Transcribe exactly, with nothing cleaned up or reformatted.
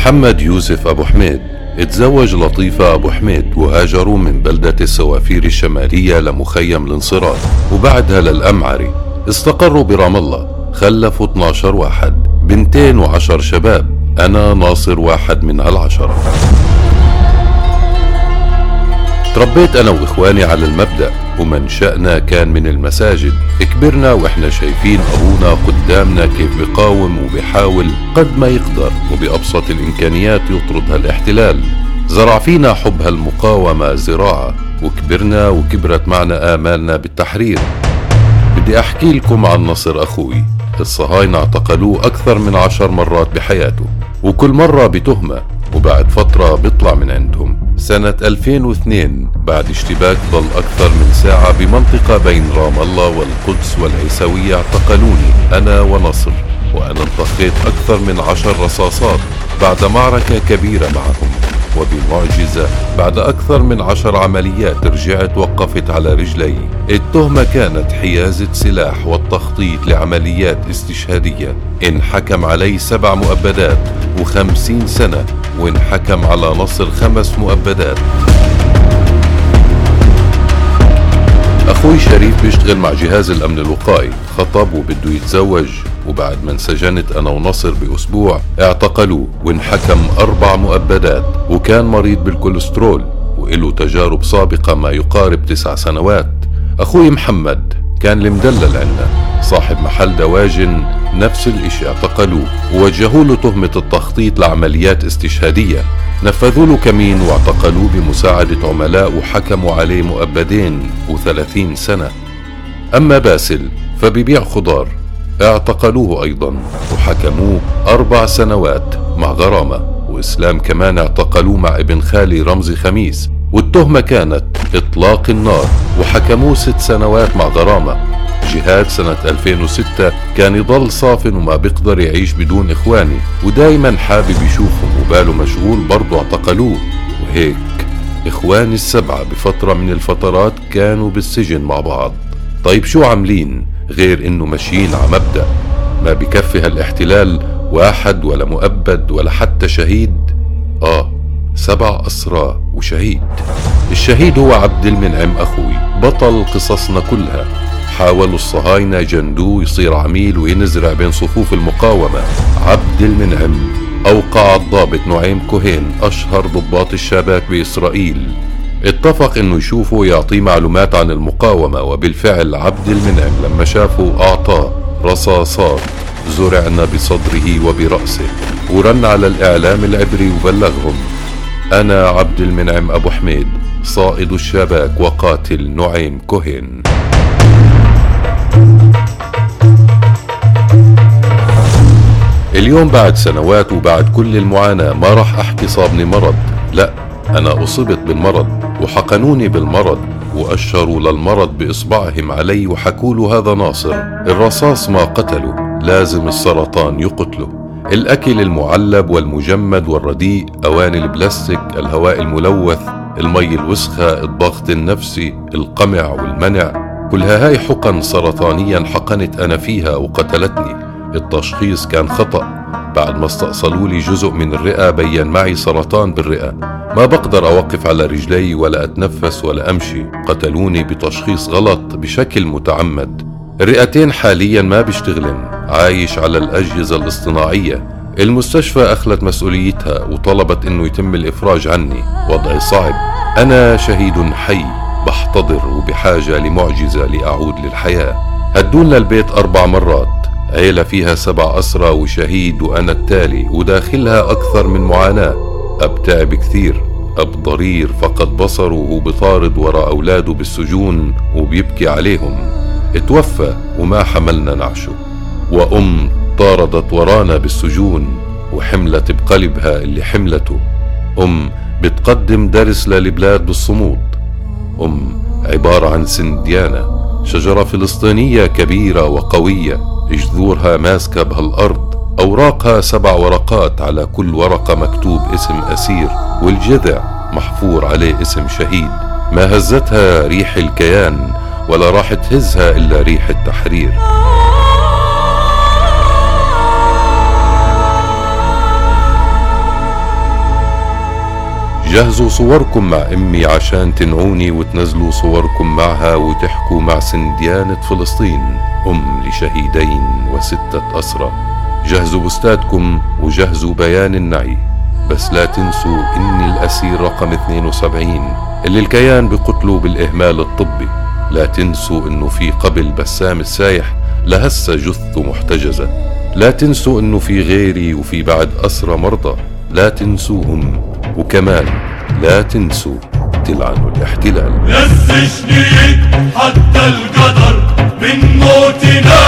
محمد يوسف أبو حميد اتزوج لطيفة أبو حميد وهاجروا من بلدة السوافير الشمالية لمخيم الانصراف وبعدها للأمعري. استقروا برام الله، خلفوا اثناشر واحد، بنتين وعشر شباب، أنا ناصر واحد من هالعشرة. تربيت أنا وإخواني على المبدأ ومنشأنا كان من المساجد. كبرنا وإحنا شايفين أبونا قدامنا كيف بيقاوم وبيحاول قد ما يقدر وبأبسط الإمكانيات يطرد هالاحتلال. زرع فينا حب هالمقاومة زراعة، وكبرنا وكبرت معنا آمالنا بالتحرير. بدي أحكي لكم عن نصر أخوي. الصهاينة اعتقلوه أكثر من عشر مرات بحياته، وكل مرة بتهمة، وبعد فترة بيطلع من عندهم. سنة ألفين واثنين بعد اشتباك ضل أكثر من ساعة بمنطقة بين رام الله والقدس والعيسوية اعتقلوني أنا ونصر، وأنا انطخيت أكثر من عشر رصاصات بعد معركة كبيرة معهم. وبمعجزة بعد أكثر من عشر عمليات رجعت وقفت على رجلي. التهمة كانت حيازة سلاح والتخطيط لعمليات استشهادية. انحكم علي سبع مؤبدات وخمسين سنة، وانحكم على نصر خمس مؤبدات. أخوي شريف بيشتغل مع جهاز الأمن الوقائي، خطب وبده يتزوج، وبعد ما انسجنت أنا ونصر بأسبوع اعتقلوه وانحكم أربع مؤبدات. وكان مريض بالكوليسترول وإله تجارب سابقة ما يقارب تسع سنوات. أخوي محمد كان المدلل عنا، صاحب محل دواجن، نفس الاشي اعتقلوه ووجهوا له تهمة التخطيط لعمليات استشهادية. نفذوا له كمين واعتقلوه بمساعدة عملاء وحكموا عليه مؤبدين وثلاثين سنة. أما باسل فبيبيع خضار، اعتقلوه أيضا وحكموه أربع سنوات مع غرامة. وإسلام كمان اعتقلوه مع ابن خالي رمزي خميس، والتهمة كانت إطلاق النار، وحكموه ست سنوات مع غرامة. جهاد سنة ألفين وستة كان يضل صافن وما بيقدر يعيش بدون إخواني، ودايما حابب يشوفهم وباله مشغول، برضو اعتقلوه. وهيك إخواني السبعة بفترة من الفترات كانوا بالسجن مع بعض. طيب شو عاملين غير إنه ماشيين على مبدأ؟ ما بكفي هالاحتلال واحد ولا مؤبد ولا حتى شهيد؟ آه سبع أسرى وشهيد. الشهيد هو عبد المنعم أخوي، بطل قصصنا كلها. حاولوا الصهاينة جندوه يصير عميل وينزرع بين صفوف المقاومة. عبد المنعم أوقع الضابط نعيم كوهين، أشهر ضباط الشباك بإسرائيل، اتفق انه يشوفه ويعطيه معلومات عن المقاومة. وبالفعل عبد المنعم لما شافه أعطاه رصاصات، زرعنا بصدره وبرأسه، ورن على الإعلام العبري وبلغهم: أنا عبد المنعم أبو حميد، صائد الشباك وقاتل نعيم كوهين. اليوم بعد سنوات وبعد كل المعاناة ما راح أحكي صابني مرض، لا، أنا أصبت بالمرض وحقنوني بالمرض وأشروا للمرض بإصبعهم علي وحكولوا هذا ناصر، الرصاص ما قتله، لازم السرطان يقتله. الأكل المعلب والمجمد والرديء، أواني البلاستيك، الهواء الملوث، المي الوسخة، الضغط النفسي، القمع والمنع، كلها هاي حقن سرطانيا حقنت أنا فيها وقتلتني. التشخيص كان خطأ. بعد ما استأصلوا لي جزء من الرئة بين معي سرطان بالرئة، ما بقدر أوقف على رجلي ولا أتنفس ولا أمشي. قتلوني بتشخيص غلط بشكل متعمد. الرئتين حاليا ما بيشتغلن، عايش على الأجهزة الاصطناعية. المستشفى أخلت مسؤوليتها وطلبت إنه يتم الإفراج عني. وضعي صعب، أنا شهيد حي بحتضر وبحاجة لمعجزة لأعود للحياة. هدولنا البيت أربع مرات، عيلة فيها سبع أسرى وشهيد وأنا التالي، وداخلها أكثر من معاناة. أب تعب كثير، أب ضرير فقد بصره وهو بطارد وراء أولاده بالسجون وبيبكي عليهم، اتوفى وما حملنا نعشه. وأم طاردت ورانا بالسجون وحملت بقلبها اللي حملته. أم بتقدم درس للبلاد بالصمود. أم عبارة عن سنديانة، شجرة فلسطينية كبيرة وقوية، جذورها ماسكة بهالأرض، أوراقها سبع ورقات، على كل ورقة مكتوب اسم أسير، والجذع محفور عليه اسم شهيد. ما هزتها ريح الكيان ولا راح تهزها إلا ريح التحرير. جهزوا صوركم مع أمي عشان تنعوني وتنزلوا صوركم معها وتحكوا مع سنديانة فلسطين أم لشهيدين وستة أسرى. جهزوا بستاتكم وجهزوا بيان النعي، بس لا تنسوا إني الأسير رقم اثنين وسبعين اللي الكيان بقتلوا بالإهمال الطبي. لا تنسوا إنه في قبل بسام السايح لهسه جثته محتجزة. لا تنسوا إنه في غيري وفي بعد أسرى مرضى. لا تنسوهم، وكمان لا تنسوا تلعنوا الاحتلال. للسجن حتى القدر من موتنا